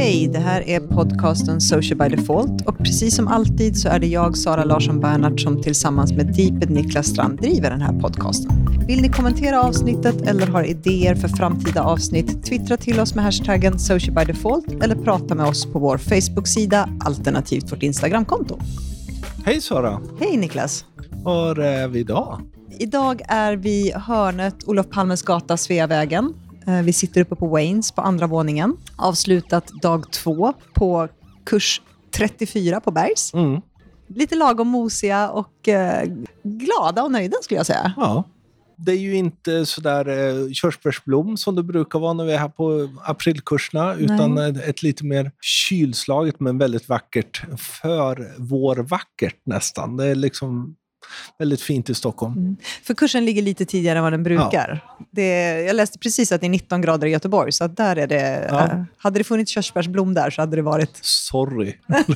Hej, det här är podcasten Social by Default och precis som alltid så är det jag, Sara Larsson Bernhardt, som tillsammans med Deeped Niklas Strand driver den här podcasten. Vill ni kommentera avsnittet eller har idéer för framtida avsnitt, twittra till oss med hashtaggen Social by Default eller prata med oss på vår Facebook-sida alternativt vårt Instagram-konto. Hej Sara! Hej Niklas! Var är vi idag? Idag är vi hörnet Olof Palmes gata, Sveavägen. Vi sitter uppe på Waynes på andra våningen. Avslutat dag 2 på kurs 34 på Bergs. Lite lagom mosiga och glada och nöjda skulle jag säga. Ja, det är ju inte sådär körsbärsblom som det brukar vara när vi är här på aprilkurserna. Utan ett lite mer kylslaget men väldigt vackert. För vår vackert nästan. Det är liksom väldigt fint i Stockholm. För kursen ligger lite tidigare än vad den brukar. Ja. Jag läste precis att det är 19 grader i Göteborg. Så att där är det... Ja. Hade det funnits körsbärsblom där så hade det varit... Sorry.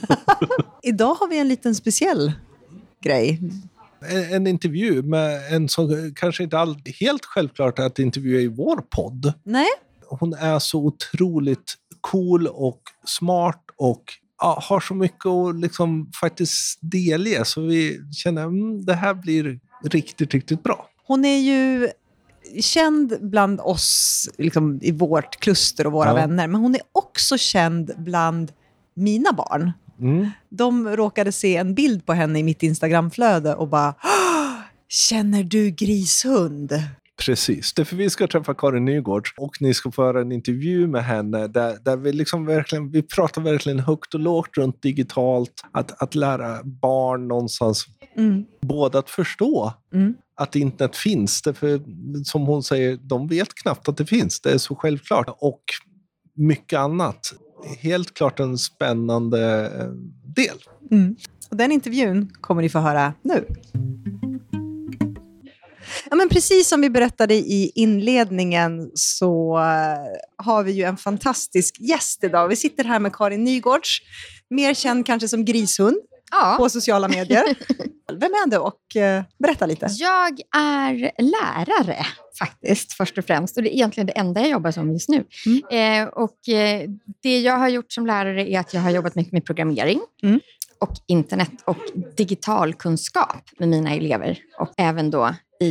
Idag har vi en liten speciell grej. En intervju med en som kanske inte helt självklart att intervjua i vår podd. Nej. Hon är så otroligt cool och smart och har så mycket att liksom faktiskt delge, så vi känner det här blir riktigt, riktigt bra. Hon är ju känd bland oss liksom, i vårt kluster och våra vänner, men hon är också känd bland mina barn. De råkade se en bild på henne i mitt Instagramflöde och bara, känner du grishund? Precis, därför vi ska träffa Karin Nygård och ni ska få höra en intervju med henne där vi liksom verkligen, vi pratar verkligen högt och lågt runt digitalt, att lära barn någonstans både att förstå att internet finns, därför som hon säger, de vet knappt att det finns, det är så självklart, och mycket annat. Helt klart en spännande del. Och den intervjun kommer ni få höra nu. Ja, men precis som vi berättade i inledningen så har vi ju en fantastisk gäst idag. Vi sitter här med Karin Nygårds, mer känd kanske som grishund på sociala medier. Vem är du och berätta lite. Jag är lärare faktiskt först och främst, och det är egentligen det enda jag jobbar som just nu. Det jag har gjort som lärare är att jag har jobbat mycket med programmering och internet och digital kunskap med mina elever, och även då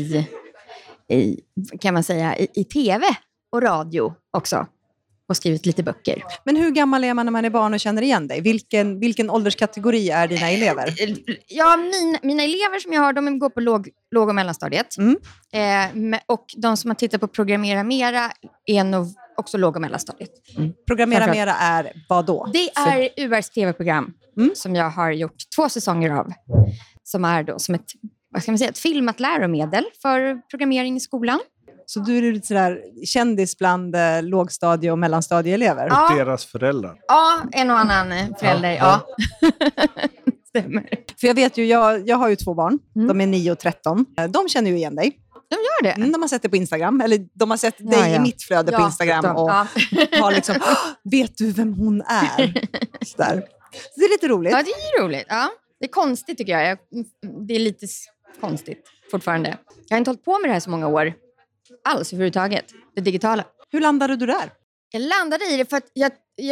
i kan man säga i tv och radio också, och skrivit lite böcker. Men hur gammal är man när man är barn och känner igen dig? Vilken ålderskategori är dina elever? Ja, mina elever som jag har, de går på låg- och mellanstadiet. Och de som har tittat på Programmera Mera är nog också låg- och mellanstadiet. Programmera Mera är vad då? Det är URs tv-program som jag har gjort 2 säsonger av. Som är då som ett filmat läromedel för programmering i skolan. Så du är lite sådär kändis bland lågstadie- och mellanstadieelever? Ja. Och deras föräldrar. Ja, en och annan förälder, ja. Stämmer. För jag vet ju, jag har ju 2 barn. De är 9 och 13. De känner ju igen dig. De gör det. De har sett det på Instagram. Eller de har sett dig i mitt flöde på Instagram. Och har liksom, vet du vem hon är? Så det är lite roligt. Ja, det är roligt. Ja. Det är konstigt tycker jag. Det är lite konstigt fortfarande. Jag har inte hållit på med det här så många år. Alls överhuvudtaget. Det digitala. Hur landade du där? Jag landade i det för att jag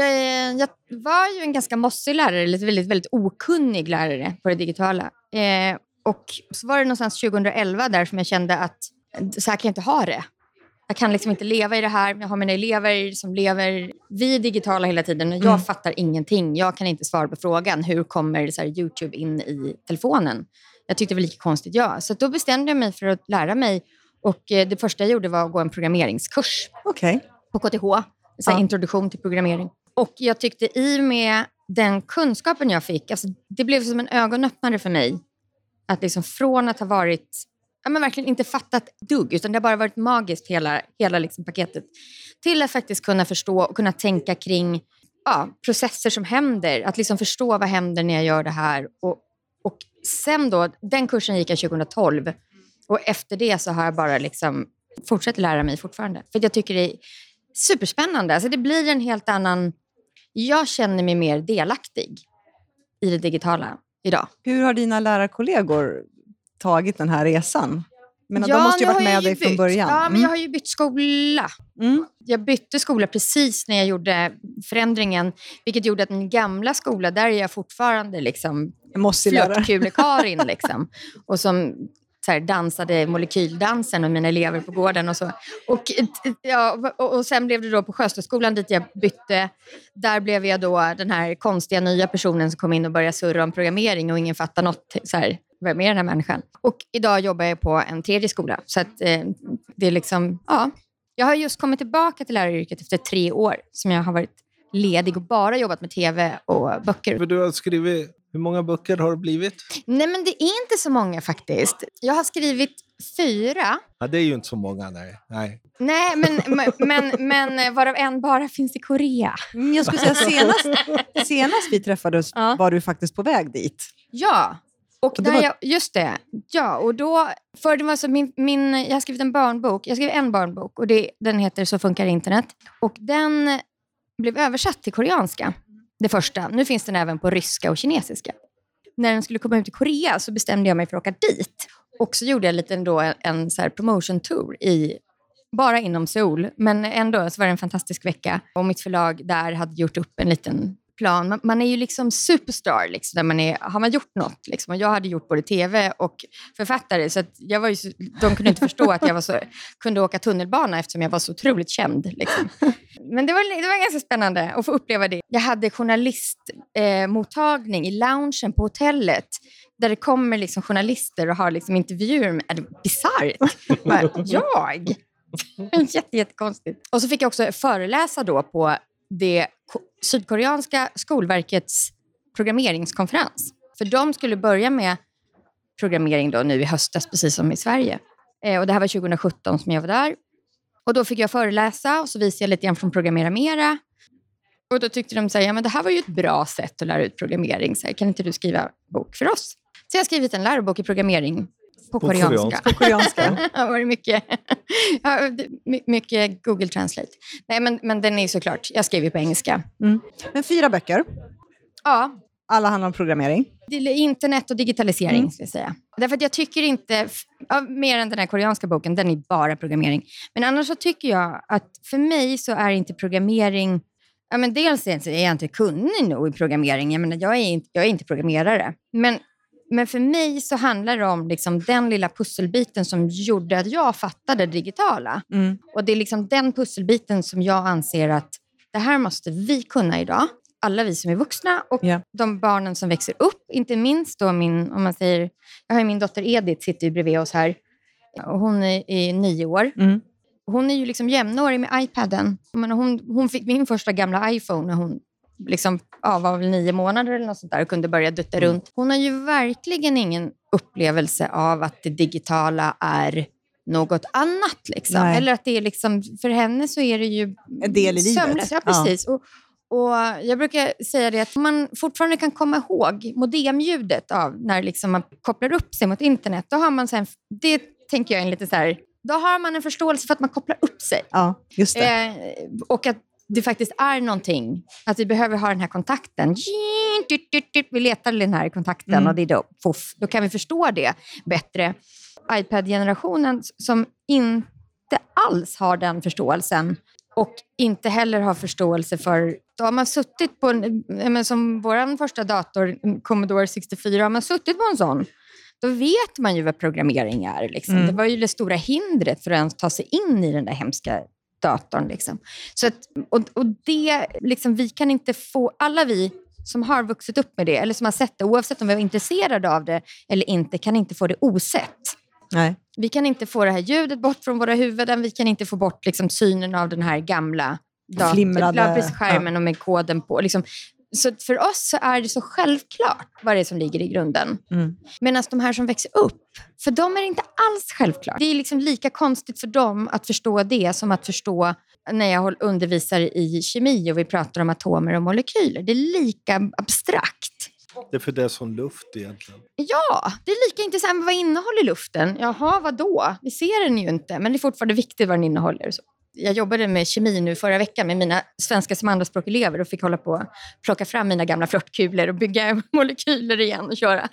var ju en ganska mossig lärare. Lite väldigt, väldigt okunnig lärare på det digitala. Och så var det någonstans 2011 där som jag kände att så här kan jag inte ha det. Jag kan liksom inte leva i det här. Jag har mina elever som lever vid digitala hela tiden. Och jag fattar ingenting. Jag kan inte svara på frågan. Hur kommer så här YouTube in i telefonen? Jag tyckte det var lika konstigt. Så då bestämde jag mig för att lära mig. Och det första jag gjorde var att gå en programmeringskurs. På KTH. Så här introduktion till programmering. Och jag tyckte i med den kunskapen jag fick. Alltså, det blev som en ögonöppnare för mig. Att liksom från att ha varit... Ja, men verkligen inte fattat dugg, utan det har bara varit magiskt hela liksom paketet. Till att faktiskt kunna förstå och kunna tänka kring processer som händer. Att liksom förstå vad händer när jag gör det här. Och sen då, den kursen gick jag 2012. Och efter det så har jag bara liksom fortsatt lära mig fortfarande. För jag tycker det är superspännande. Alltså det blir en helt annan... Jag känner mig mer delaktig i det digitala idag. Hur har dina lärarkollegor tagit den här resan? Men de måste ju varit med dig från början. Ja, men jag har ju bytt skola Jag bytte skola precis när jag gjorde förändringen, vilket gjorde att min gamla skola, där är jag fortfarande liksom flörtkulekarin liksom. Och som så här, dansade molekyldansen och mina elever på gården och så. Och sen blev det då på Sjöstadsskolan dit jag bytte. Där blev jag då den här konstiga nya personen som kom in och började surra om programmering och ingen fattar något så här. Vem är den här människan? Och idag jobbar jag på en tredje skola. Så att det är liksom, ja. Jag har just kommit tillbaka till läraryrket efter 3 år som jag har varit ledig och bara jobbat med tv och böcker. För du har skrivit, hur många böcker har det blivit? Nej, men det är inte så många faktiskt. Jag har skrivit 4. Ja, det är ju inte så många, nej. Nej, men varav en bara finns i Korea. Jag skulle säga senast vi träffades var du faktiskt på väg dit. Ja. Och just det. Ja, och då för det var så jag har skrivit en barnbok. Jag skrev en barnbok och den heter Så funkar internet. Och den blev översatt till koreanska. Det första. Nu finns den även på ryska och kinesiska. När den skulle komma ut i Korea så bestämde jag mig för att åka dit. Och så gjorde jag en så här promotion tour bara inom Seoul. Men ändå så var det en fantastisk vecka. Och mitt förlag där hade gjort upp en liten plan. Man är ju liksom superstar liksom, har man gjort något liksom. Och jag hade gjort både tv och författare, så att jag var ju de kunde inte förstå att jag kunde åka tunnelbana eftersom jag var så otroligt känd liksom. Men det var ganska spännande att få uppleva det. Jag hade journalistmottagning i loungen på hotellet där det kommer liksom journalister och har liksom intervjuer med bisarrt. Jättekonstigt. Och så fick jag också föreläsa då på det sydkoreanska skolverkets programmeringskonferens. För de skulle börja med programmering då nu i höstas, precis som i Sverige. Och det här var 2017 som jag var där. Och då fick jag föreläsa och så visade jag lite grann från Programmera Mera. Och då tyckte de så här, men det här var ju ett bra sätt att lära ut programmering. Så här, kan inte du skriva bok för oss? Så jag har skrivit en lärobok i programmering på koreanska. På koreanska. Det var mycket Google Translate. Nej, men den är såklart, jag skriver på engelska. Men 4 böcker. Ja. Alla handlar om programmering. Internet och digitalisering, ska jag säga. Därför att jag tycker inte, mer än den här koreanska boken, den är bara programmering. Men annars så tycker jag att för mig så är inte programmering, men dels är jag inte kunnig nog i programmering. Jag menar, jag är inte programmerare. Men för mig så handlar det om liksom den lilla pusselbiten som gjorde att jag fattade det digitala. Och det är liksom den pusselbiten som jag anser att det här måste vi kunna idag. Alla vi som är vuxna och de barnen som växer upp. Inte minst då om man säger, jag har min dotter Edith sitter ju bredvid oss här. Och hon är 9 år. Hon är ju liksom jämnårig med iPaden. Hon fick min första gamla iPhone när hon liksom, var väl 9 månader eller något sånt där och kunde börja dutta runt. Hon har ju verkligen ingen upplevelse av att det digitala är något annat liksom. Eller att det är liksom, för henne så är det ju en del i livet. Ja, precis. Och jag brukar säga det att man fortfarande kan komma ihåg modemljudet av när liksom man kopplar upp sig mot internet. Då har man sen, det tänker jag är lite så här, då har man en förståelse för att man kopplar upp sig. Ja, just det. Och att det faktiskt är någonting, att vi behöver ha den här kontakten. Vi letar den här kontakten och det är då kan vi förstå det bättre. iPad-generationen som inte alls har den förståelsen och inte heller har förståelse för, då har man suttit på som vår första dator, Commodore 64, har man suttit på en sån, då vet man ju vad programmering är liksom. Det var ju det stora hindret för att ens ta sig in i den där hemska datorn liksom. Så att, och det liksom, vi kan inte få, alla vi som har vuxit upp med det eller som har sett det, oavsett om vi är intresserade av det eller inte, kan inte få det osett. Nej. Vi kan inte få det här ljudet bort från våra huvuden, vi kan inte få bort liksom synen av den här gamla skärmen och med koden på liksom. Så för oss så är det så självklart vad det är som ligger i grunden. Medan de här som växer upp, för dem är det inte alls självklart. Det är liksom lika konstigt för dem att förstå det som att förstå när jag undervisar i kemi och vi pratar om atomer och molekyler. Det är lika abstrakt. Det är för det som luft egentligen. Ja, det är lika intressant. Vad innehåller luften? Jaha, vadå? Vi ser den ju inte, men det är fortfarande viktigt vad den innehåller. Så. Jag jobbade med kemi nu förra veckan med mina svenska som andraspråkelever och fick hålla på att plocka fram mina gamla flörtkulor och bygga molekyler igen och köra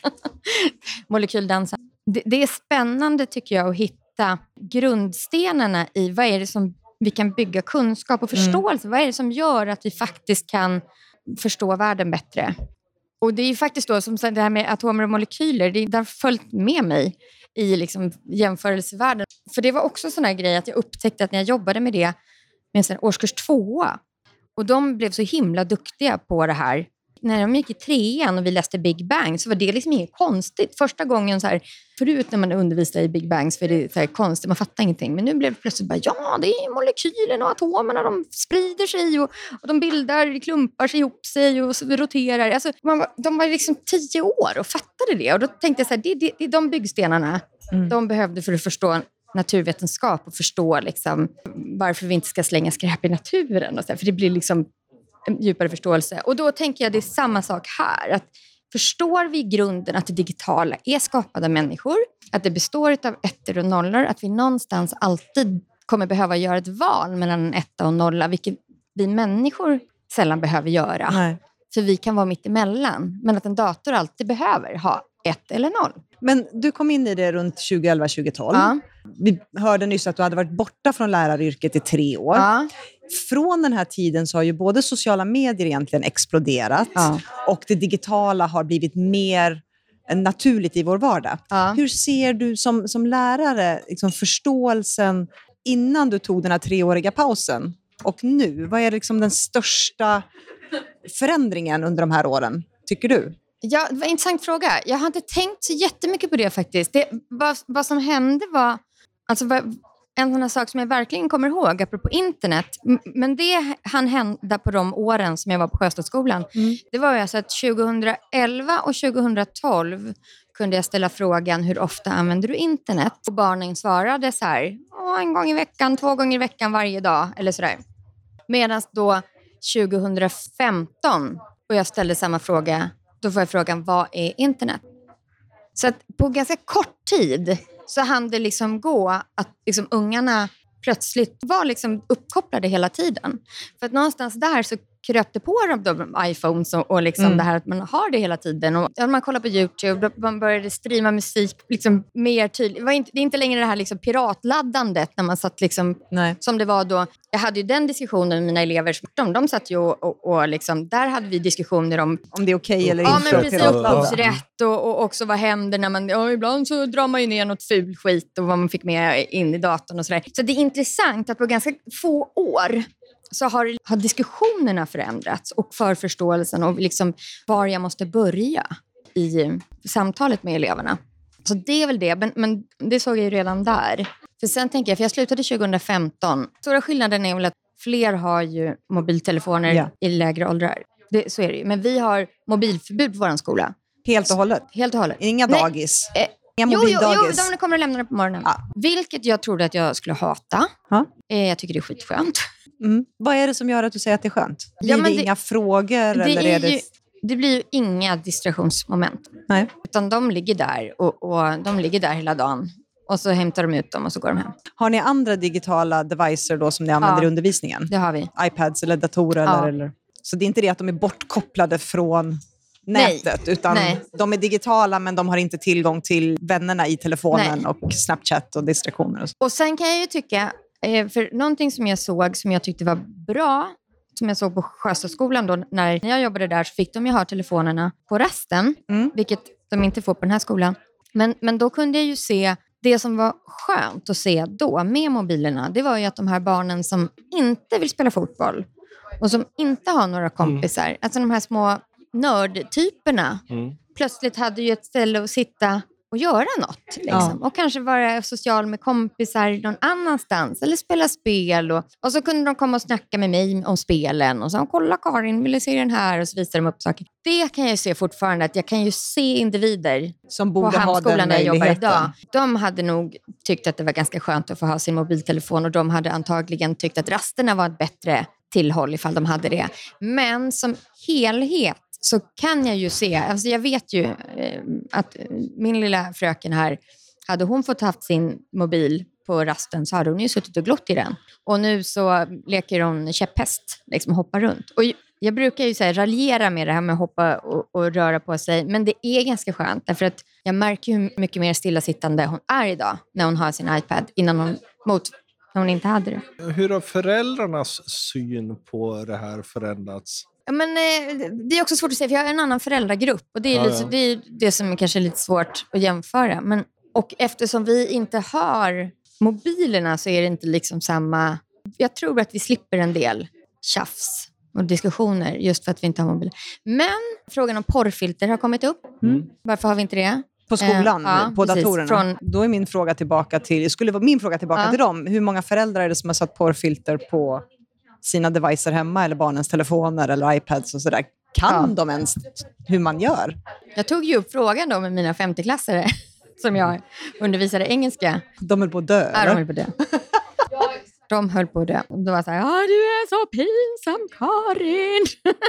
molekyldansen. Det är spännande tycker jag att hitta grundstenarna i vad är det som vi kan bygga kunskap och förståelse. Vad är det som gör att vi faktiskt kan förstå världen bättre? Och det är ju faktiskt då som det här med atomer och molekyler, det har följt med mig i liksom jämförelsevärlden. För det var också en sån här grej att jag upptäckte att när jag jobbade med det med en årskurs 2, och de blev så himla duktiga på det här. När de gick i 3:an och vi läste Big Bang så var det liksom inget konstigt. Första gången så här, förut när man undervisade i Big Bang så var det så här konstigt, man fattar ingenting. Men nu blev det plötsligt bara, ja det är molekylerna och atomerna, de sprider sig och de bildar, klumpar sig ihop sig och så roterar. Alltså, de var liksom 10 år och fattade det. Och då tänkte jag så här, det är de byggstenarna de behövde för att förstå naturvetenskap och förstå liksom, varför vi inte ska slänga skräp i naturen. Och så här, för det blir liksom en djupare förståelse. Och då tänker jag det är samma sak här. Att förstår vi i grunden att det digitala är skapade människor, att det består av ettor och nollor, att vi någonstans alltid kommer behöva göra ett val mellan en etta och en nolla, vilket vi människor sällan behöver göra. Nej. För vi kan vara mitt emellan. Men att en dator alltid behöver ha 1 eller 0. Men du kom in i det runt 2011-2012. Ja. Vi hörde nyss att du hade varit borta från läraryrket i 3 år. Ja. Från den här tiden så har ju både sociala medier egentligen exploderat och det digitala har blivit mer naturligt i vår vardag. Ja. Hur ser du som lärare liksom förståelsen innan du tog den här 3-åriga pausen och nu? Vad är liksom den största förändringen under de här åren, tycker du? Ja, det var en intressant fråga. Jag har inte tänkt så jättemycket på det faktiskt. Vad som hände var... Alltså, en sån här sak som jag verkligen kommer ihåg apropå internet, men det hann hända på de åren som jag var på Sjöstadsskolan. Det var ju alltså att 2011 och 2012 kunde jag ställa frågan, hur ofta använder du internet? Och barnen svarade så här, 1 gång i veckan, 2 gånger i veckan varje dag eller sådär. Medan då 2015 och jag ställde samma fråga, då var frågan, vad är internet? Så att på ganska kort tid så hann det liksom gå att liksom ungarna plötsligt var liksom uppkopplade hela tiden. För att någonstans där så kröpte på de iPhones och liksom det här att man har det hela tiden. Och när man kollar på YouTube, då man började streama musik liksom mer tydligt. Det är inte längre det här liksom piratladdandet när man satt liksom, som det var då. Jag hade ju den diskussionen med mina elever. De satt ju och liksom, där hade vi diskussioner om det är okej eller inte. Ja, men precis, upphovsrätt och också vad händer när man, ibland så drar man ju ner något ful skit och vad man fick med in i datorn och sådär. Så det är intressant att på ganska få år så har diskussionerna förändrats och förförståelsen och liksom var jag måste börja i samtalet med eleverna. Så det är väl det, men det såg jag ju redan där. För sen tänker jag, för jag slutade 2015. Stora skillnaden är väl att fler har ju mobiltelefoner i lägre åldrar. Så är det ju. Men vi har mobilförbud på vår skola. Helt och hållet? Helt och hållet. Inga dagis? Inga mobildagis? Jo, de kommer lämna det på morgonen. Ja. Vilket jag trodde att jag skulle hata. Jag tycker det är skitskönt. Vad är det som gör att du säger att det är skönt? Blir det inga frågor? Eller är det... Det blir ju inga distraktionsmoment. Nej. Utan de ligger där och de ligger där hela dagen. Och så hämtar de ut dem och så går de hem. Har ni andra digitala devices då som ni använder i undervisningen? Det har vi. iPads eller datorer? Eller... Så det är inte det att de är bortkopplade från nätet, utan de är digitala men de har inte tillgång till vännerna i telefonen och Snapchat och distraktioner. Och sen kan jag ju tycka, för någonting som jag såg som jag tyckte var bra, som jag såg på Sjöstadsskolan då, när jag jobbade där så fick de ju ha telefonerna på rasten, vilket de inte får på den här skolan. Men då kunde jag ju se, det som var skönt att se då med mobilerna, det var ju att de här barnen som inte vill spela fotboll och som inte har några kompisar, alltså de här små nördtyperna plötsligt hade ju ett ställe att sitta och göra något. Liksom. Och kanske vara social med kompisar någon annanstans. Eller spela spel. Och så kunde de komma och snacka med mig om spelen. Och så, kolla Karin, vill du se den här? Och så visar de upp saker. Det kan jag se fortfarande. Att jag kan ju se individer som borde på Hamnskolan där jag jobbar idag. De hade nog tyckt att det var ganska skönt att få ha sin mobiltelefon. Och de hade antagligen tyckt att rasterna var ett bättre tillhåll ifall de hade det. Men som helhet så kan jag ju se, alltså jag vet ju att min lilla fröken här, hade hon fått haft sin mobil på rasten så hade hon ju suttit och glott i den. Och nu så leker hon käpphäst, liksom hoppar runt. Och jag brukar ju säga raljera med det här med att hoppa och röra på sig, men det är ganska skönt därför att jag märker hur mycket mer stillasittande hon är idag när hon har sin iPad innan hon mot när hon inte hade det. Hur har föräldrarnas syn på det här förändrats? Ja, men, det är också svårt att säga, för jag har en annan föräldragrupp. Och det är, det är det som är kanske lite svårt att jämföra. Men, och eftersom vi inte har mobilerna så är det inte liksom samma... Jag tror att vi slipper en del tjafs och diskussioner just för att vi inte har mobiler. Men frågan om porrfilter har kommit upp. Varför har vi inte det? På skolan, på precis. datorerna. Då är min fråga tillbaka till till dem. Hur många föräldrar är det som har satt porrfilter på sina devices hemma eller barnens telefoner eller iPads och sådär? Kan de ens hur man gör? Jag tog ju upp frågan då med mina 50-klassare som jag undervisade engelska. De höll på att dö, ja, de höll på att dö. De höll på det. De var så här, du är så pinsam, Karin.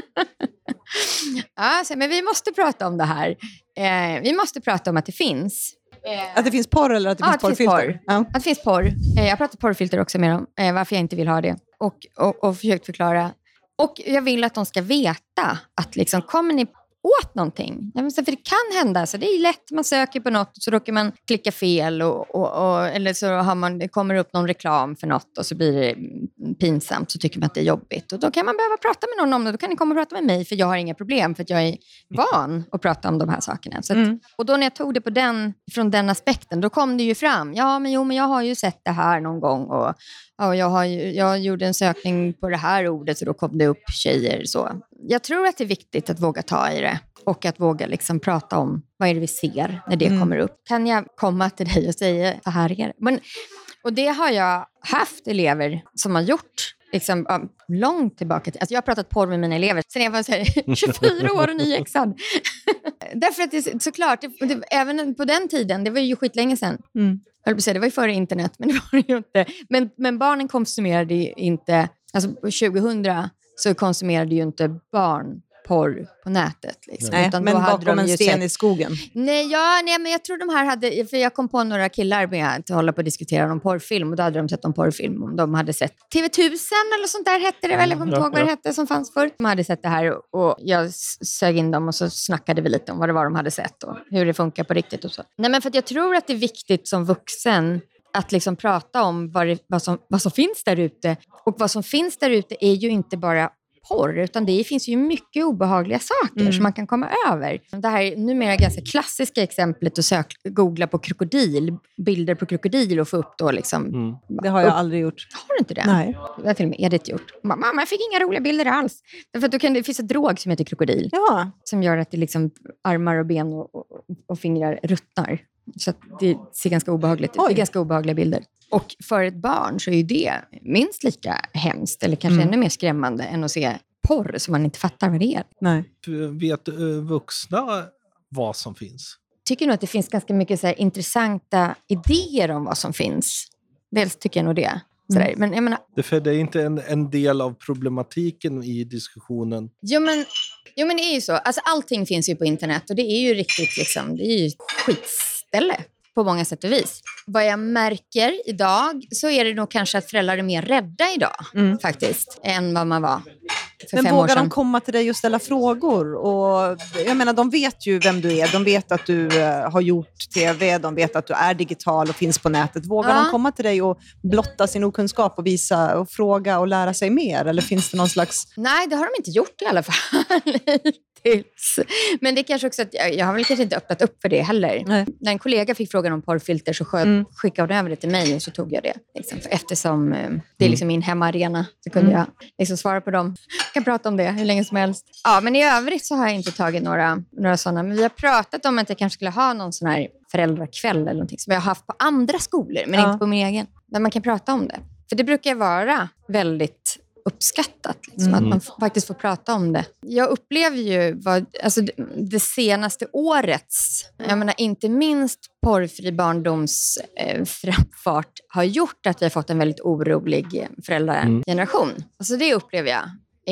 Alltså, men vi måste prata om det här. Vi måste prata om att det finns. Att det finns porr eller att det finns porrfilter? Att det finns porr. Jag har pratat porrfilter också med dem. Varför jag inte vill ha det. Och försökt förklara. Och jag vill att de ska veta att liksom, kommer ni åt någonting. För det kan hända. Så det är lätt, man söker på något och så råkar man klicka fel eller så har det kommer upp någon reklam för något och så blir det pinsamt, så tycker man att det är jobbigt. Och då kan man behöva prata med någon om det. Då kan ni komma och prata med mig, för jag har inga problem, för att jag är van att prata om de här sakerna. Så att, och då när jag tog det från den aspekten, då kom det ju fram. Men jag har ju sett det här någon gång och jag gjorde en sökning på det här ordet, så då kom det upp tjejer. Så. Jag tror att det är viktigt att våga ta i det och att våga liksom prata om vad är det vi ser när det kommer upp. Kan jag komma till dig och säga så här är det? Och det har jag haft elever som har gjort liksom, långt tillbaka. Alltså jag har pratat porr med mina elever sen jag var så här, 24 år och nyexad. Därför att det, såklart, även på den tiden, det var ju skitlänge sedan. Det var ju före internet, men det var det ju inte. Men barnen konsumerade ju inte, alltså 2000 så konsumerade ju inte barn porr på nätet. Liksom. Nej, utan men då hade bakom de en sten i skogen. Nej, men jag tror de här hade, för jag kom på några killar med att hålla på att diskutera om porrfilm, och då hade de sett om porrfilm, om de hade sett TV1000 eller sånt där hette det väl, jag kommer inte ihåg vad det hette som fanns förr. De hade sett det här och jag sög in dem och så snackade vi lite om vad det var de hade sett och hur det funkar på riktigt och så. Nej, men för att jag tror att det är viktigt som vuxen att liksom prata om vad som finns där ute. Och vad som finns där ute är ju inte bara porr, utan det finns ju mycket obehagliga saker som man kan komma över. Det här är numera ganska klassiska exemplet att googla på krokodil, bilder på krokodil och få upp då liksom. Det har jag aldrig gjort. Har du inte det? Nej. Det har till och med Edith gjort. Mamma, jag fick inga roliga bilder alls. Därför att det finns ett drog som heter krokodil. Ja. Som gör att det liksom armar och ben och fingrar ruttnar. Så att det ser ganska obehagligt ut. Det är ganska obehagliga bilder. Och för ett barn så är det minst lika hemskt eller kanske ännu mer skrämmande än att se porr som man inte fattar vad det är. Nej. Vet vuxna vad som finns? Tycker nog att det finns ganska mycket så här intressanta idéer om vad som finns. Dels tycker jag nog det. Men jag menar, det är inte en del av problematiken i diskussionen. Jo men det är ju så. Alltså allting finns ju på internet och det är ju riktigt liksom, det är ju skitställe på många sätt och vis. Vad jag märker idag så är det nog kanske att föräldrar är mer rädda idag faktiskt än vad man var för 5 år sedan. Men vågar de komma till dig och ställa frågor? Och jag menar, de vet ju vem du är. De vet att du har gjort tv. De vet att du är digital och finns på nätet. Vågar de komma till dig och blotta sin okunskap och visa och fråga och lära sig mer? Eller finns det någon slags... Nej, det har de inte gjort i alla fall. Men det är kanske också att jag har väl kanske inte öppnat upp för det heller. Nej. När en kollega fick frågan om porrfilter så skickade hon över det till mig och så tog jag det. Liksom, eftersom det är liksom min hemmaarena så kunde jag liksom svara på dem. Jag kan prata om det hur länge som helst. Ja, men i övrigt så har jag inte tagit några sådana. Men vi har pratat om att jag kanske skulle ha någon sån här föräldrakväll eller någonting som jag har haft på andra skolor men inte på min egen. Där man kan prata om det. För det brukar vara väldigt uppskattat liksom, att man faktiskt får prata om det. Jag upplever ju det senaste årets, jag menar inte minst porrfri barndoms framfart har gjort att vi har fått en väldigt orolig föräldrageneration. Alltså det upplever jag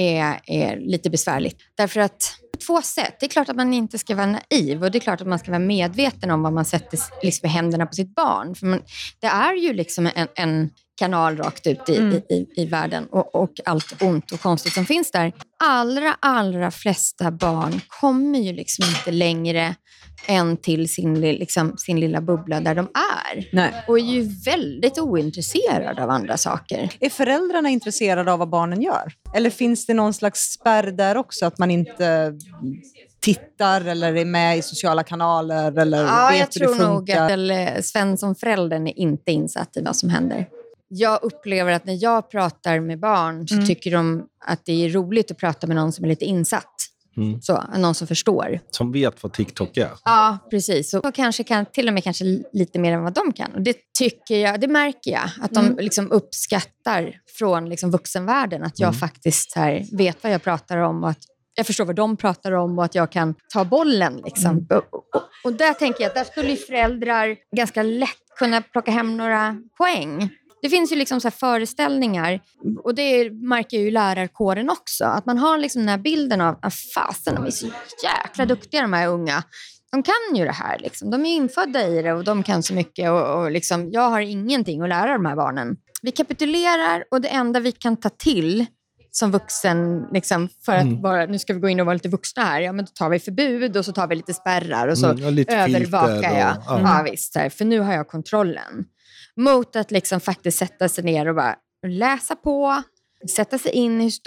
är lite besvärligt. Därför att på 2 sätt. Det är klart att man inte ska vara naiv och det är klart att man ska vara medveten om vad man sätter liksom i händerna på sitt barn. För det är ju liksom en kanal rakt ut i världen och allt ont och konstigt som finns där. Allra flesta barn kommer ju liksom inte längre än till sin lilla bubbla där de är. Nej. Och är ju väldigt ointresserade av andra saker. Är föräldrarna intresserade av vad barnen gör? Eller finns det någon slags spärr där också? Att man inte tittar eller är med i sociala kanaler? Eller Ja, vet jag hur det tror nog funkar? att Svensson-föräldern är inte insatt i vad som händer. Jag upplever att när jag pratar med barn så tycker de att det är roligt att prata med någon som är lite insatt. Så, någon som förstår. Som vet vad TikTok är. Ja, precis. Och kanske kan till och med kanske lite mer än vad de kan. Och det märker jag. Att de liksom uppskattar från liksom vuxenvärlden. Att jag faktiskt så här, vet vad jag pratar om. Och att jag förstår vad de pratar om. Och att jag kan ta bollen. Liksom. Och där tänker jag att där skulle föräldrar ganska lätt kunna plocka hem några poäng. Det finns ju liksom så här föreställningar, och det märker ju lärarkåren också, att man har liksom den här bilden av fasen, de är så jäkla duktiga de här unga. De kan ju det här liksom. De är infödda i det och de kan så mycket och liksom, jag har ingenting att lära de här barnen. Vi kapitulerar och det enda vi kan ta till som vuxen liksom, för att bara, nu ska vi gå in och vara lite vuxna här, ja men då tar vi förbud och så tar vi lite spärrar och så övervakar jag. Ja visst, här, för nu har jag kontrollen. Mot att liksom faktiskt sätta sig ner och bara läsa på, sätta sig in hur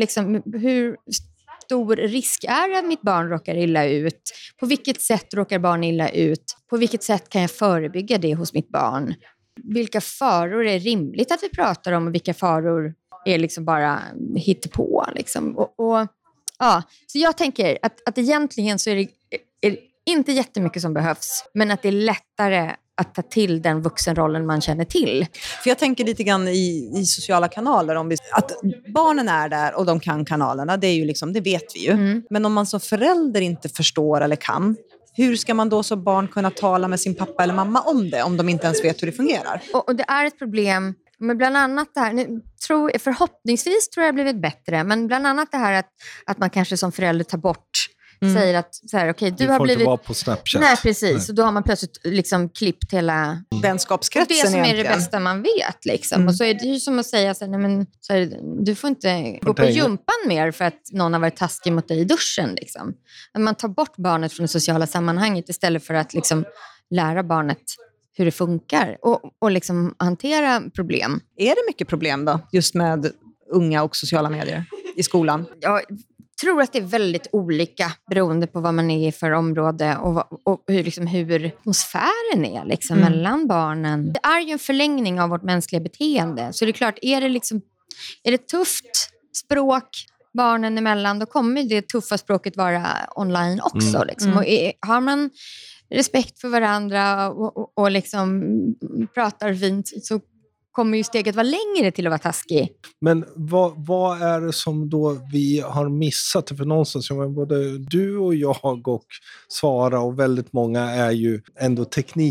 stor risk är det att mitt barn råkar illa ut. På vilket sätt råkar barn illa ut? På vilket sätt kan jag förebygga det hos mitt barn? Vilka faror är rimligt att vi pratar om och vilka faror är liksom bara hittepå liksom. Så jag tänker att egentligen så är det inte jättemycket som behövs, men att det är lättare att ta till den vuxenrollen man känner till. För jag tänker lite grann i sociala kanaler, att barnen är där och de kan kanalerna, det är ju liksom, det vet vi ju. Men om man som förälder inte förstår eller kan, hur ska man då som barn kunna tala med sin pappa eller mamma om det, om de inte ens vet hur det fungerar? Och det är ett problem med bland annat det här, förhoppningsvis tror jag blivit bättre, men bland annat det här att man kanske som förälder tar bort, säger att så här, okej, du har blivit... inte vara på Snapchat. Nej, precis. Nej. Och då har man plötsligt liksom klippt hela... vänskapskretsen egentligen. Det som är det egentligen. bästa man vet. Liksom. Och så är det ju som att säga så här, nej, men, så här, du får inte gå på gympan mer för att någon har varit taskig mot dig i duschen. Liksom. Att man tar bort barnet från det sociala sammanhanget istället för att liksom, lära barnet hur det funkar och liksom hantera problem. Är det mycket problem då, just med unga och sociala medier i skolan? Ja, jag tror att det är väldigt olika beroende på vad man är i för område och hur atmosfären är liksom, mellan barnen. Det är ju en förlängning av vårt mänskliga beteende. Så det är klart, är det tufft språk barnen emellan, då kommer det tuffa språket vara online också. Liksom. Och har man respekt för varandra och liksom pratar fint, så kommer ju steget vara längre till att vara taskig. Men vad är det som då vi har missat? För någonstans, både du och jag och Sara och väldigt många är ju ändå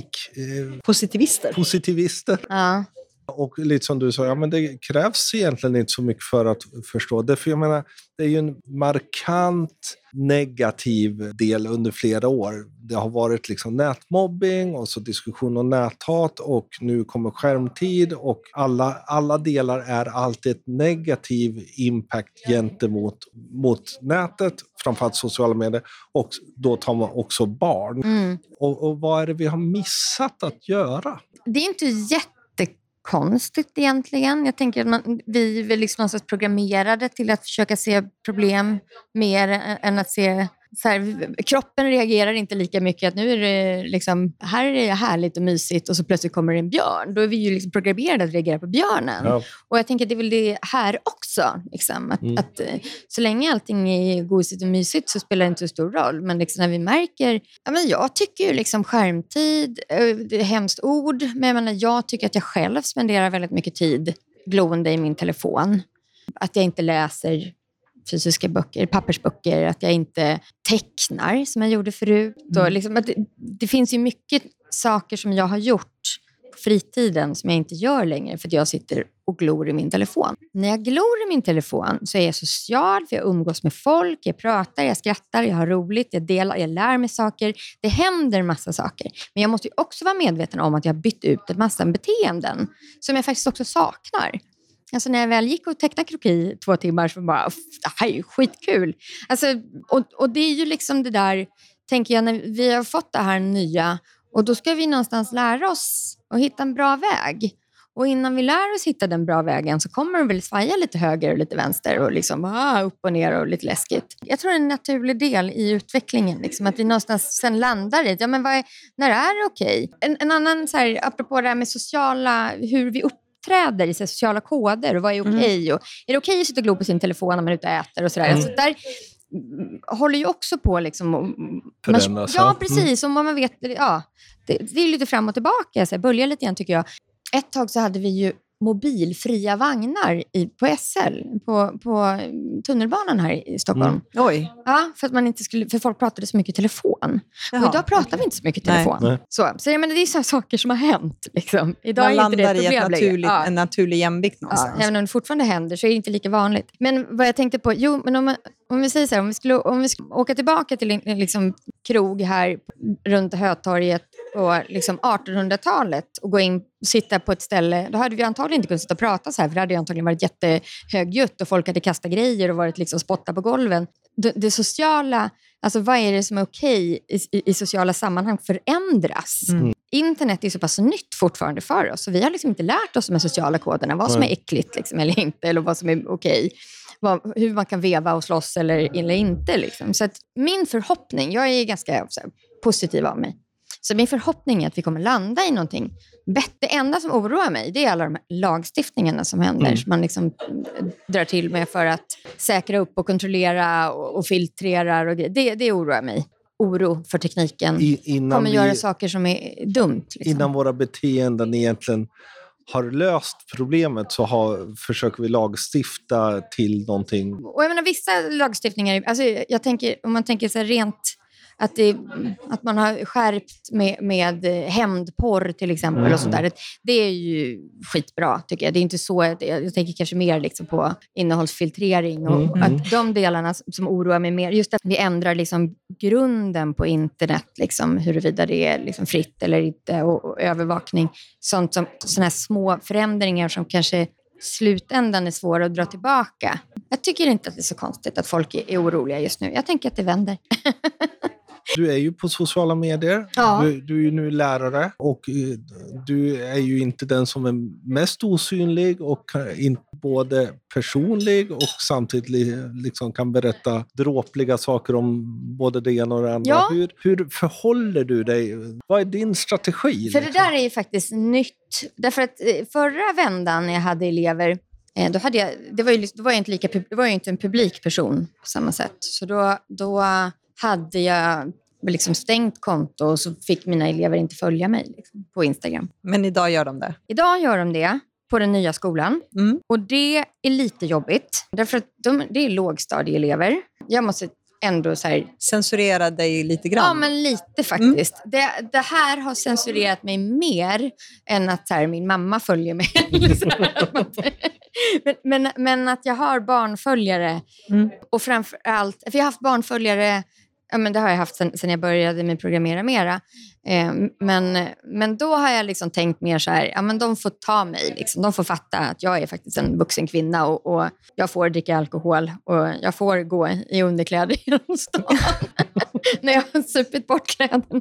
positivister. Ja. Och lite som du sa, men det krävs egentligen inte så mycket för att förstå det. För jag menar, det är ju en markant negativ del under flera år. Det har varit liksom nätmobbing och så diskussion om näthat och nu kommer skärmtid och alla delar är alltid ett negativ impact gentemot nätet, framförallt sociala medier, och då tar man också barn. Och vad är det vi har missat att göra? Det är inte konstigt egentligen. Jag tänker att vi är liksom någonstans programmerade till att försöka se problem mer än att se så här, kroppen reagerar inte lika mycket att nu är det liksom, här är det härligt och mysigt och så plötsligt kommer det en björn. Då är vi ju liksom programmerade att reagera på björnen. Ja. Och jag tänker att det är väl det här också. Liksom, att så länge allting är gosigt och mysigt så spelar det inte så stor roll. Men liksom när vi märker, jag tycker ju liksom skärmtid, det är hemskt ord, men jag tycker att jag själv spenderar väldigt mycket tid glående i min telefon. Att jag inte läser fysiska böcker, pappersböcker, att jag inte tecknar som jag gjorde förut. Och liksom, att det finns ju mycket saker som jag har gjort fritiden som jag inte gör längre för att jag sitter och glor i min telefon. När jag glor i min telefon så är jag social, för jag umgås med folk, jag pratar, jag skrattar, jag har roligt, jag delar, jag lär mig saker. Det händer massa saker. Men jag måste ju också vara medveten om att jag har bytt ut en massa beteenden som jag faktiskt också saknar. Alltså när jag väl gick och tecknade kroki 2 timmar så bara, det här är ju skitkul. Alltså, och det är ju liksom det där, tänker jag, när vi har fått det här nya, och då ska vi någonstans lära oss att hitta en bra väg. Och innan vi lär oss hitta den bra vägen så kommer de väl svaja lite höger och lite vänster och liksom upp och ner och lite läskigt. Jag tror det är en naturlig del i utvecklingen, liksom, att vi någonstans sen landar i, ja men när är det okej? En annan så här, apropå det här med sociala, hur vi uppträder i sociala koder och vad är okej? Och är det okej att sitta och glo på sin telefon när man är ute och äter och sådär? Alltså där håller ju också på liksom förändras. Ja, precis. Som man vet, ja, det är lite fram och tillbaka. Så börjar lite igen tycker jag. Ett tag så hade vi ju mobilfria vagnar på SL, på tunnelbanan här i Stockholm. Oj. Ja, för att man inte skulle, för folk pratade så mycket i telefon. Jaha, och idag pratar vi inte så mycket i telefon. Nej. Så jag menar, det är så saker som har hänt. Liksom. Idag Man är inte landar det i ett problem. en naturlig jämvikt någonstans. Ja, även om det fortfarande händer så är det inte lika vanligt. Men vad jag tänkte på, men om vi säger så här, om vi skulle åka tillbaka till en liksom, krog här runt Hötorget på liksom 1800-talet och gå in och sitta på ett ställe, då hade vi antagligen inte kunnat sitta och prata så här, för det hade ju antagligen varit jättehögljutt och folk hade kastat grejer och varit liksom spotta på golven. Det sociala, alltså vad är det som är okej i sociala sammanhang förändras. Internet är så pass nytt fortfarande för oss, så vi har liksom inte lärt oss de sociala koderna, vad som är äckligt liksom, eller inte, eller vad som är okej. Hur man kan veva och slåss eller inte. Liksom. Så att min förhoppning, jag är ganska så här, positiv av mig. Så min förhoppning är att vi kommer landa i någonting bättre. Det enda som oroar mig, det är alla de här lagstiftningarna som händer. Som man liksom drar till med för att säkra upp och kontrollera och filtrerar. Och det oroar mig. Oro för tekniken kommer göra saker som är dumt. Liksom. Innan våra beteenden egentligen har löst problemet så försöker vi lagstifta till någonting. Och jag menar, vissa lagstiftningar, alltså jag tänker, om man tänker så här rent att man har skärpt med hämndporr till exempel och sådär. Det är ju skitbra tycker jag. Det är inte så, jag tänker kanske mer liksom på innehållsfiltrering och att de delarna som oroar mig mer, just att vi ändrar liksom grunden på internet, liksom, huruvida det är liksom fritt eller inte och övervakning. Sådana här små förändringar som kanske slutändan är svåra att dra tillbaka. Jag tycker inte att det är så konstigt att folk är oroliga just nu. Jag tänker att det vänder. Du är ju på sociala medier. Ja. Du är ju nu lärare och du är ju inte den som är mest osynlig och både personlig och samtidigt liksom kan berätta dråpliga saker om både det ena och det andra. Ja. Hur förhåller du dig? Vad är din strategi? För det där är ju faktiskt nytt. Därför att förra vändan när jag hade elever, då hade jag, det var ju inte en publikperson på samma sätt. Så då hade jag liksom stängt konto och så fick mina elever inte följa mig liksom, på Instagram. Men idag gör de det? Idag gör de det på den nya skolan. Och det är lite jobbigt. Därför att det är lågstadieelever. Jag måste ändå så här... Censurera dig lite grann? Ja, men lite faktiskt. Det här har censurerat mig mer än att så här, min mamma följer mig. men att jag har barnföljare och framförallt, för jag har haft barnföljare, ja, men det har jag haft sen jag började med programmera mera. Men då har jag liksom tänkt mer så här, ja men de får ta mig liksom. De får fatta att jag är faktiskt en vuxen kvinna och jag får dricka alkohol och jag får gå i underkläder genom stan när jag har supit bort kläderna.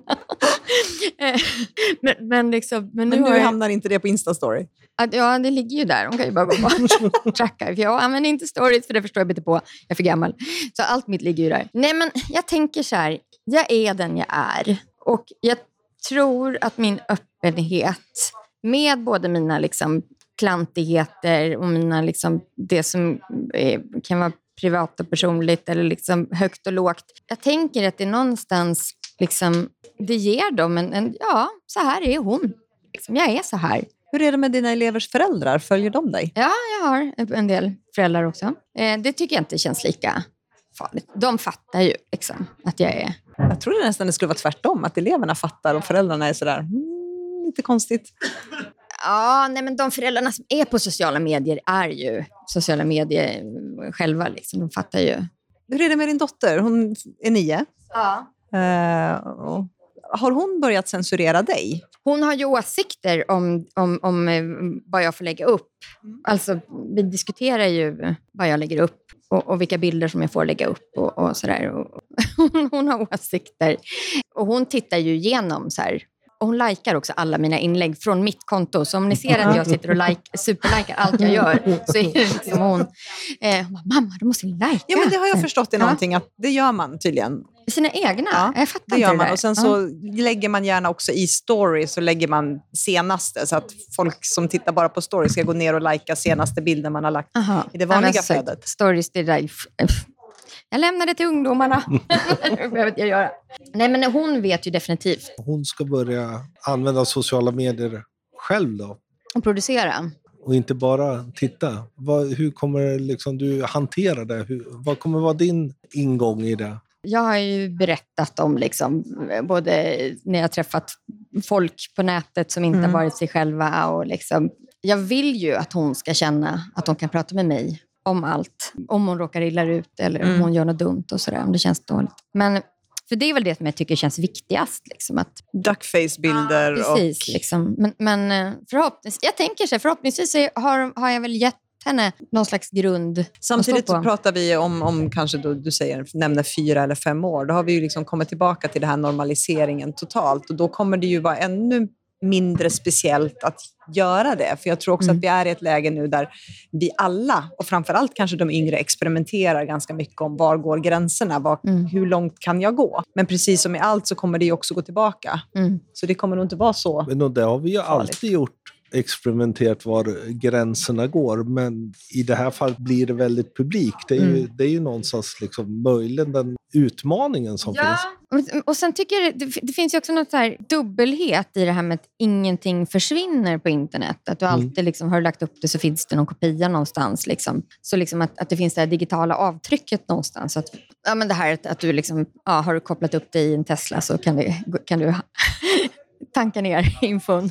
Men nu hamnar inte det på Insta-story? Ja, det ligger ju där. De kan ju bara gå och tracka. Jag använder inte stories för det förstår jag inte på. Jag är för gammal. Så allt mitt ligger ju där. Nej, men jag tänker så här. Jag är den jag är. Och jag tror att min öppenhet med både mina liksom klantigheter och mina liksom det som kan vara privat och personligt eller liksom högt och lågt. Jag tänker att det någonstans liksom, det ger dem ja, så här är hon. Liksom, jag är så här. Hur är det med dina elevers föräldrar? Följer de dig? Ja, jag har en del föräldrar också. Det tycker jag inte känns lika farligt. De fattar ju liksom att jag är... Jag trodde nästan det skulle vara tvärtom. Att eleverna fattar och föräldrarna är sådär... lite konstigt. Ja, nej, men de föräldrarna som är på sociala medier är ju sociala medier själva. Liksom. De fattar ju. Hur är det med din dotter? Hon är 9. Ja. Har hon börjat censurera dig? Hon har ju åsikter om vad jag får lägga upp. Alltså, vi diskuterar ju vad jag lägger upp och vilka bilder som jag får lägga upp och sådär. Hon har åsikter. Och hon tittar ju igenom så här. Och hon likar också alla mina inlägg från mitt konto. Så om ni ser att jag sitter och superlikar allt jag gör, så är det liksom hon. Mamma, du måste lika. Ja, men det har jag förstått i någonting att det gör man tydligen. Sina egna? Ja, jag fattar det gör inte man. det Och sen så lägger man gärna också i stories, så lägger man senaste. Så att folk som tittar bara på stories ska gå ner och lika senaste bilden man har lagt i det vanliga flödet. Stories, det där. Jag lämnar det till ungdomarna. Det behöver jag göra. Nej, men hon vet ju definitivt. Hon ska börja använda sociala medier själv då? Och producera. Och inte bara titta. Hur kommer liksom du hantera det? Vad kommer vara din ingång i det? Jag har ju berättat om liksom, både när jag träffat folk på nätet som inte har varit sig själva. Och liksom, jag vill ju att hon ska känna att hon kan prata med mig om allt. Om hon råkar illa ut eller om hon gör något dumt och sådär. Om det känns dåligt. Men för det är väl det som jag tycker känns viktigast. Liksom, att duckface-bilder. Precis. Liksom. Men förhoppningsvis har jag väl gett henne någon slags grund. Samtidigt så pratar vi om kanske då du nämner 4 eller 5 år. Då har vi ju liksom kommit tillbaka till det här normaliseringen totalt. Och då kommer det ju vara ännu mindre speciellt att göra det. För jag tror också att vi är i ett läge nu där vi alla, och framförallt kanske de yngre, experimenterar ganska mycket om var går gränserna, hur långt kan jag gå. Men precis som i allt så kommer det ju också gå tillbaka. Så det kommer nog inte vara så. Men det har vi ju alltid gjort, experimenterat var gränserna går, men i det här fallet blir det väldigt publikt. Det är ju någonstans liksom möjligen den utmaningen som finns. Och sen tycker jag det finns ju också något så här dubbelhet i det här med att ingenting försvinner på internet. Att du alltid liksom, har lagt upp det så finns det någon kopia någonstans. Liksom. Så liksom att det finns det här digitala avtrycket någonstans. Att, men det här att du liksom, har du kopplat upp dig i en Tesla så kan du tanka ner infon.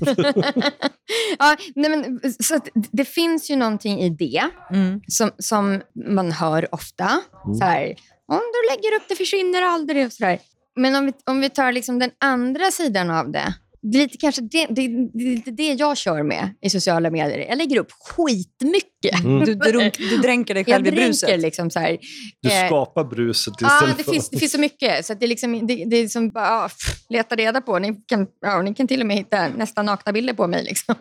Så att det finns ju någonting i det som man hör ofta. Så här, om du lägger upp det försvinner aldrig och sådär. Men om vi tar liksom den andra sidan av det. Det är lite kanske det jag kör med i sociala medier. Jag lägger upp skitmycket. Du dränker dig själv i bruset. Liksom så här. Du skapar bruset istället det finns så mycket. Så att det är liksom bara leta reda på. Ni kan till och med hitta nästan nakna bilder på mig. Liksom.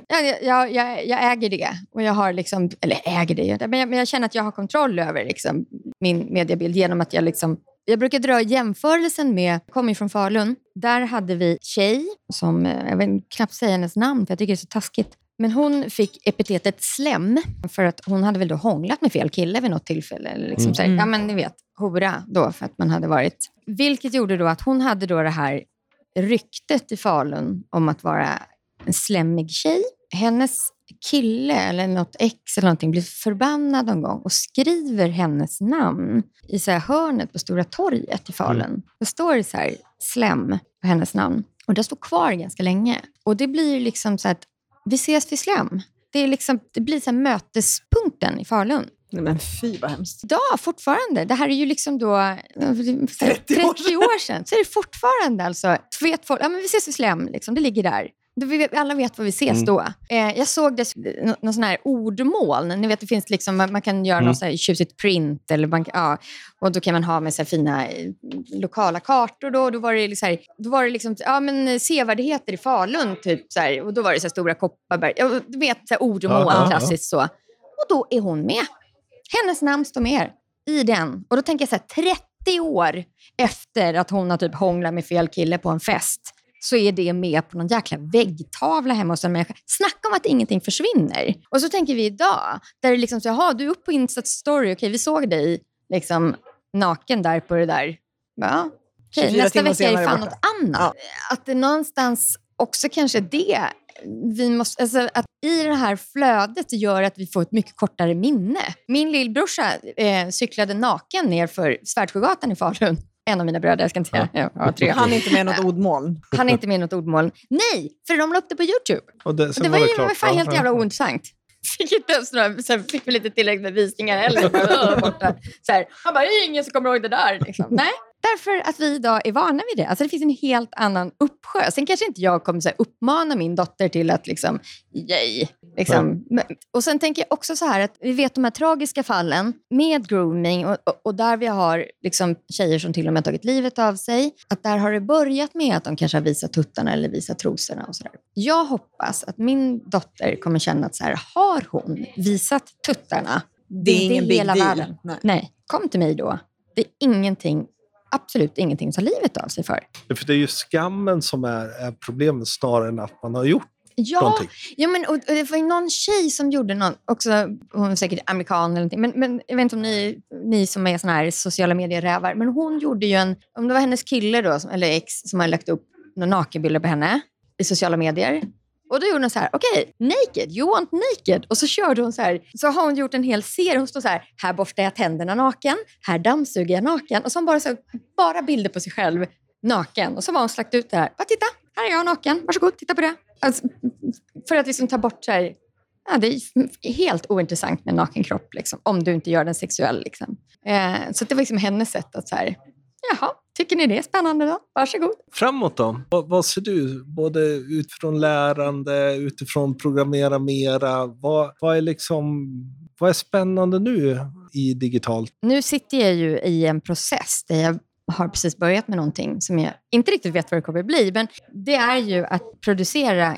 Jag äger det. Och jag har liksom, eller äger det. Men jag känner att jag har kontroll över liksom, min mediebild genom att jag brukar dra jämförelsen med, kommer från Falun. Där hade vi tjej som, jag vill knappt säga hennes namn för jag tycker det är så taskigt. Men hon fick epitetet slem för att hon hade väl då hånglat med fel kille vid något tillfälle. Eller liksom så här, ja men ni vet, hora då för att man hade varit. Vilket gjorde då att hon hade då det här ryktet i Falun om att vara en slemmig tjej. Hennes kille eller något ex eller någonting blir förbannad någon gång och skriver hennes namn i så här hörnet på Stora torget i Falun. Det står så här slem på hennes namn och det står kvar ganska länge. Och det blir liksom så att vi ses vid slem. Det blir så här mötespunkten i Falun. Nej, men fy vad hemskt. Ja, fortfarande. Det här är ju liksom då 30 år sedan. Så är det fortfarande alltså. Vet folk, men vi ses vid slem liksom. Det ligger där. Alla vet vad vi ses då. Jag såg någon sån här ordmål. Ni vet, det finns liksom, man kan göra någon sån här tjusigt print. Eller och då kan man ha med så här fina lokala kartor. Då var det liksom sevärdheter i Falun. Typ, så här, och då var det så här Stora Kopparberg. Du vet, så här ordmål klassiskt så. Och då är hon med. Hennes namn står med i den. Och då tänker jag så här, 30 år efter att hon har typ hånglat med fel kille på en fest. Så är det med på någon jäkla väggtavla hemma hos en människa. Snacka om att ingenting försvinner. Och så tänker vi idag, där det liksom så, du är uppe på Insta story, okej, vi såg dig liksom naken där på det där. Ja, okej, nästa vecka är det fan något annat. Ja. Att det någonstans också kanske det vi måste, alltså att i det här flödet gör att vi får ett mycket kortare minne. Min lillbrorsa cyklade naken ner för Svärdsjögatan i Falun. En av mina bröder, jag ska inte säga. Ja, 3. Han är inte med i något ordmoln. Han är inte med i något ordmoln. Nej, för de la upp det på YouTube. Och det var ju klart, fan helt jävla ointressant. Fick inte ens några, sen fick vi lite tillräckligt med visningar heller. Borta. Så här, han bara, det är ingen som kommer ihåg det där. Liksom. Nej, därför att vi idag är vana vid det. Alltså det finns en helt annan uppsjö. Sen kanske inte jag kommer så här, uppmana min dotter till att liksom, yay. Liksom. Och sen tänker jag också så här att vi vet de här tragiska fallen med grooming och där vi har liksom, tjejer som till och med tagit livet av sig. Att där har det börjat med att de kanske har visat tuttarna eller visat trosorna och sådär. Jag hoppas att min dotter kommer känna att så här, har hon visat tuttarna? Det är ingen big deal. Världen. Nej, kom till mig då. Det är ingenting, absolut ingenting som livet av sig för. För det är ju skammen som är problemet snarare än att man har gjort någonting. Ja, men och det var ju någon tjej som gjorde någon, också, hon är säkert amerikan eller någonting, men jag vet inte om ni som är såna här sociala medierävar, men hon gjorde ju om det var hennes kille då, eller ex, som har lagt upp några nakenbilder på henne i sociala medier. Och då gjorde hon så här, okej, naked, you want naked. Och så körde hon så här, så har hon gjort en hel serie. Hon står så här borstar jag tänderna naken, här dammsuger jag naken. Och så har hon bara bilder på sig själv naken. Och så var hon slagt ut det här. Bara titta, här är jag naken, varsågod, titta på det. Alltså, för att liksom ta bort så här, ja, det är helt ointressant med naken kropp liksom, om du inte gör den sexuell. Liksom. Så det var liksom hennes sätt att så här, jaha, tycker ni det är spännande då? Varsågod. Framåt då? Vad ser du? Både utifrån lärande, utifrån programmera mera. Vad är spännande nu i digitalt? Nu sitter jag ju i en process där jag har precis börjat med någonting som jag inte riktigt vet vad det kommer att bli. Men det är ju att producera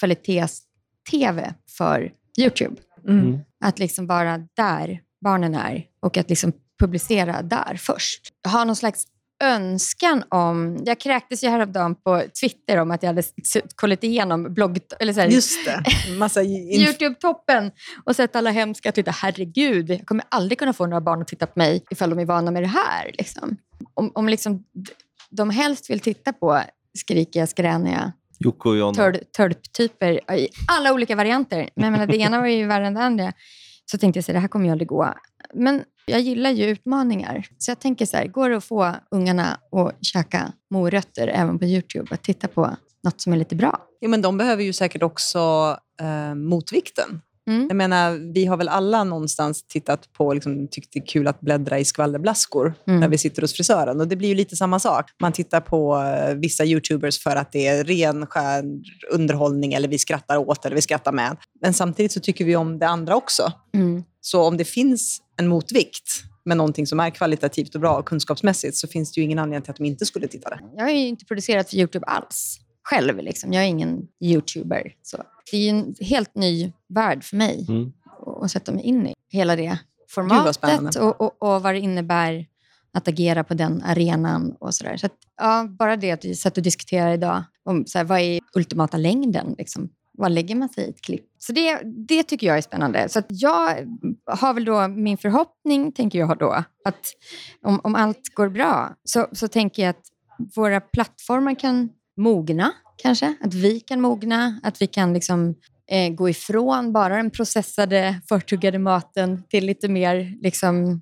kvalitets-tv för YouTube. Mm. Att liksom vara där barnen är och att liksom publicera där först. Jag har någon slags önskan om... Jag kräktes ju häromdagen på Twitter om att jag hade kollat igenom blogg... Eller så här, just det. Massa YouTube-toppen och sett alla hemska titta. Herregud, jag kommer aldrig kunna få några barn att titta på mig ifall de är vana med det här. Liksom. Om liksom, de helst vill titta på skrikiga, skräniga Jocke och Jonna. Törp-typer i alla olika varianter. Men jag menar, det ena var ju värre än det andra. Så tänkte jag så här, det här kommer ju aldrig gå. Men jag gillar ju utmaningar. Så jag tänker så här, går det att få ungarna att käka morötter även på YouTube? Att titta på något som är lite bra. Ja, men de behöver ju säkert också motvikten. Jag menar, vi har väl alla någonstans tittat på, liksom, tyckt det är kul att bläddra i skvallerblaskor när vi sitter hos frisören. Och det blir ju lite samma sak. Man tittar på vissa YouTubers för att det är ren underhållning eller vi skrattar åt eller vi skrattar med. Men samtidigt så tycker vi om det andra också. Så om det finns en motvikt med någonting som är kvalitativt och bra och kunskapsmässigt så finns det ju ingen anledning till att de inte skulle titta det. Jag har ju inte producerat för YouTube alls. Själv liksom. Jag är ingen YouTuber. Så. Det är ju en helt ny värld för mig att sätta mig in i. Hela det formatet och vad det innebär att agera på den arenan och sådär. Så att, ja, bara det att vi satt och diskuterar idag om så här, vad är ultimata längden liksom. Vad lägger man sig i ett klipp? Så det tycker jag är spännande. Så att jag har väl då min förhoppning, tänker jag då, att om allt går bra så tänker jag att våra plattformar kan mogna kanske. Att vi kan mogna, att vi kan liksom gå ifrån bara den processade, förtuggade maten till lite mer liksom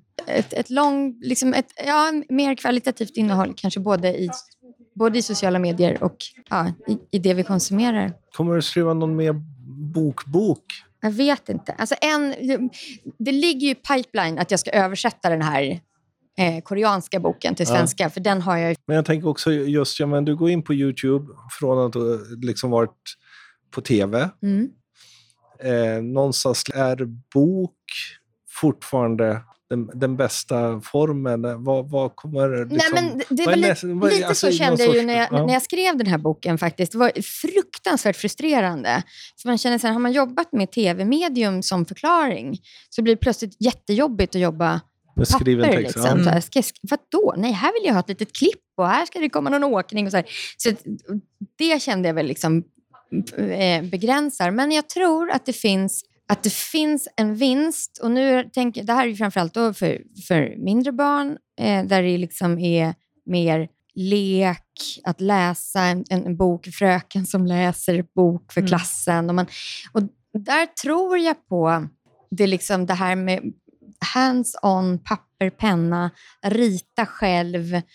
mer kvalitativt innehåll kanske både i sociala medier och i det vi konsumerar. Kommer du skriva någon mer bok? Jag vet inte. Alltså det ligger ju i pipeline att jag ska översätta den här koreanska boken till svenska, för den har jag ju. Men jag tänker också just, men du går in på YouTube från att liksom varit på tv. Någonstans är bok fortfarande den bästa formen. Vad kommer liksom... Nej, men det var lite så kände jag ju när jag skrev den här boken faktiskt. Det var fruktansvärt frustrerande. För man känner så här, har man jobbat med tv-medium som förklaring så blir det plötsligt jättejobbigt att jobba med skriven text. Liksom. Vadå? Nej, här vill jag ha ett litet klipp och här ska det komma någon åkning och så här. Så det kände jag väl liksom begränsar. Men jag tror att det finns en vinst, och nu tänker det här är ju framförallt då för mindre barn där det liksom är mer lek, att läsa en bok, fröken som läser bok för klassen och där tror jag på det, liksom det här med hands-on, papper, penna, rita själv,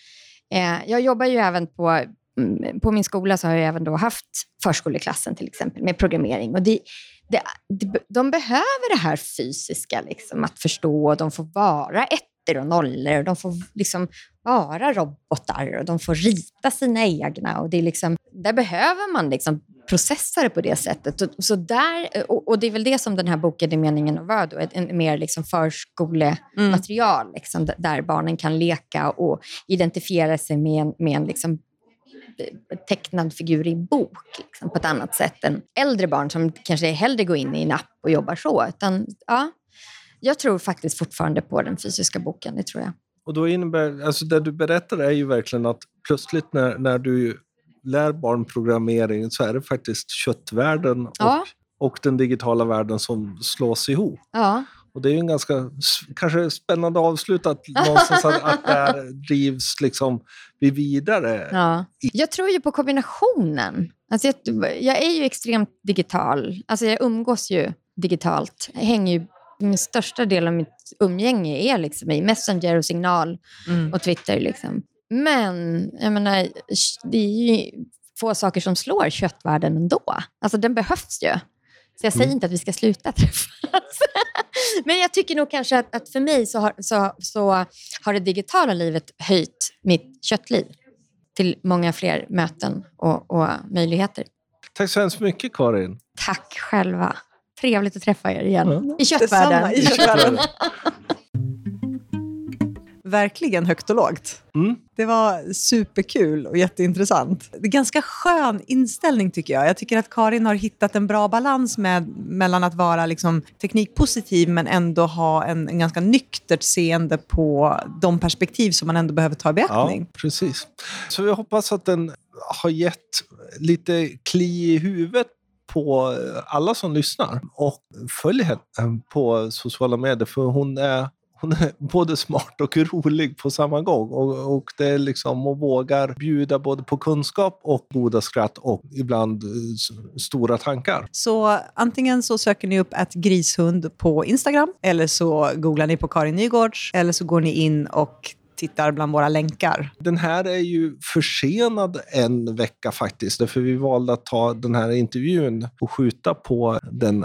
Jag jobbar ju även på min skola, så har jag även då haft förskoleklassen till exempel med programmering. Och de behöver det här fysiska liksom, att förstå. Och de får vara ettor och nollor. Och de får liksom vara robotar. Och de får rita sina egna. Och det är liksom, där behöver man liksom processa det på det sättet. Och det är väl det som den här boken är meningen att vara då. En mer liksom förskolematerial liksom, där barnen kan leka och identifiera sig med en liksom tecknad figur i bok liksom, på ett annat sätt än äldre barn som kanske hellre går in i en app och jobbar så. Utan, ja, jag tror faktiskt fortfarande på den fysiska boken, det tror jag. Och då innebär, alltså det du berättar är ju verkligen att plötsligt när du lär barn programmering så är det faktiskt köttvärlden och den digitala världen som slås ihop. Ja. Och det är ju en ganska kanske spännande avslutat någonstans att det här drivs liksom vidare. Ja. Jag tror ju på kombinationen. Alltså jag är ju extremt digital. Alltså jag umgås ju digitalt. Jag hänger ju, min största del av mitt umgänge är liksom i Messenger och Signal och Twitter liksom. Men jag menar, det är ju få saker som slår köttvärlden ändå. Alltså den behövs ju. Så jag säger inte att vi ska sluta träffas. Men jag tycker nog kanske att för mig så har det digitala livet höjt mitt köttliv till många fler möten och möjligheter. Tack så hemskt mycket, Karin. Tack själva. Trevligt att träffa er igen. I köttvärlden. I köttvärlden. Verkligen högt och lågt. Det var superkul och jätteintressant. Det är ganska skön inställning tycker jag. Jag tycker att Karin har hittat en bra balans mellan att vara liksom teknikpositiv men ändå ha en ganska nyktert seende på de perspektiv som man ändå behöver ta i beaktning. Ja, precis. Så jag hoppas att den har gett lite kli i huvudet på alla som lyssnar. Och följ henne på sociala medier, för hon är både smart och rolig på samma gång. Och det är liksom, och vågar bjuda både på kunskap och goda skratt och ibland stora tankar. Så antingen så söker ni upp @grishund på Instagram, eller så googlar ni på Karin Nygårds, eller så går ni in och tittar bland våra länkar. Den här är ju försenad en vecka faktiskt, för vi valde att ta den här intervjun och skjuta på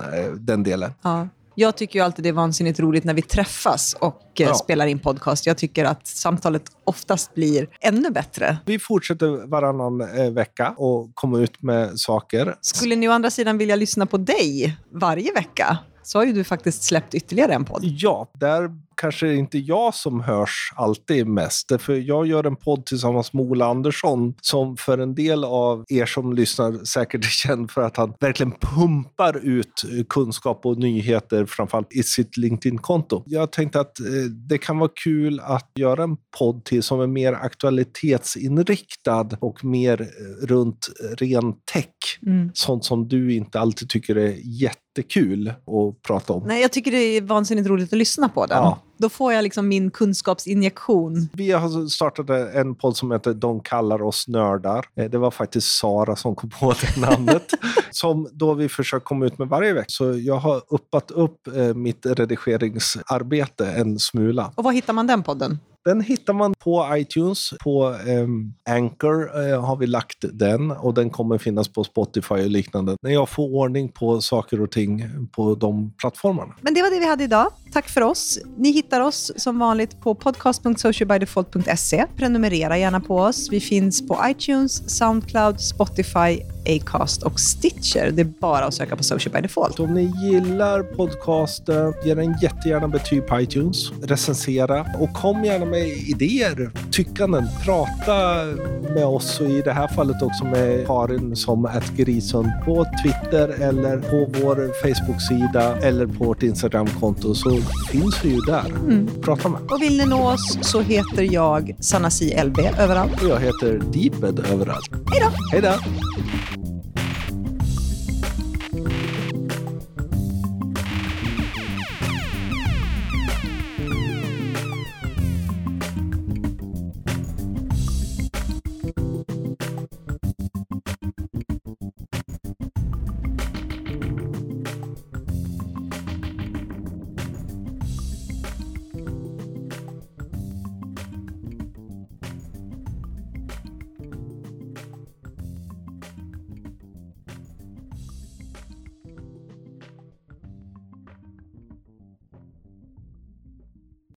den delen. Ja. Jag tycker ju alltid det är vansinnigt roligt när vi träffas och spelar in podcast. Jag tycker att samtalet oftast blir ännu bättre. Vi fortsätter varannan vecka och kommer ut med saker. Skulle ni å andra sidan vilja lyssna på dig varje vecka, så har ju du faktiskt släppt ytterligare en podd. Ja, där kanske inte jag som hörs alltid mest. För jag gör en podd tillsammans med Ola Andersson som för en del av er som lyssnar säkert är känd för att han verkligen pumpar ut kunskap och nyheter framförallt i sitt LinkedIn-konto. Jag tänkte att det kan vara kul att göra en podd till som är mer aktualitetsinriktad och mer runt ren tech. Sånt som du inte alltid tycker är jättekul att prata om. Nej, jag tycker det är vansinnigt roligt att lyssna på den. Ja. Då får jag liksom min kunskapsinjektion. Vi har startat en podd som heter De kallar oss nördar. Det var faktiskt Sara som kom på det namnet. Som då vi försöker komma ut med varje vecka. Så jag har uppat upp mitt redigeringsarbete en smula. Och var hittar man den podden? Den hittar man på iTunes, på Anchor har vi lagt den, och den kommer finnas på Spotify och liknande. När jag får ordning på saker och ting på de plattformarna. Men det var det vi hade idag. Tack för oss. Ni hittar oss som vanligt på podcast.socialbydefault.se. Prenumerera gärna på oss. Vi finns på iTunes, Soundcloud, Spotify, Acast och Stitcher. Det är bara att söka på Social by Default. Om ni gillar podcasten, ge den jättegärna betyg på iTunes. Recensera och kom gärna med idéer, tyckanden. Prata med oss, och i det här fallet också med Karin som @grishund på Twitter eller på vår Facebook-sida eller på vårt Instagram-konto, så finns vi ju där. Prata med. Och vill ni nå oss så heter jag Sanasi LB överallt. Och jag heter Deeped överallt. Hej då! Hej då!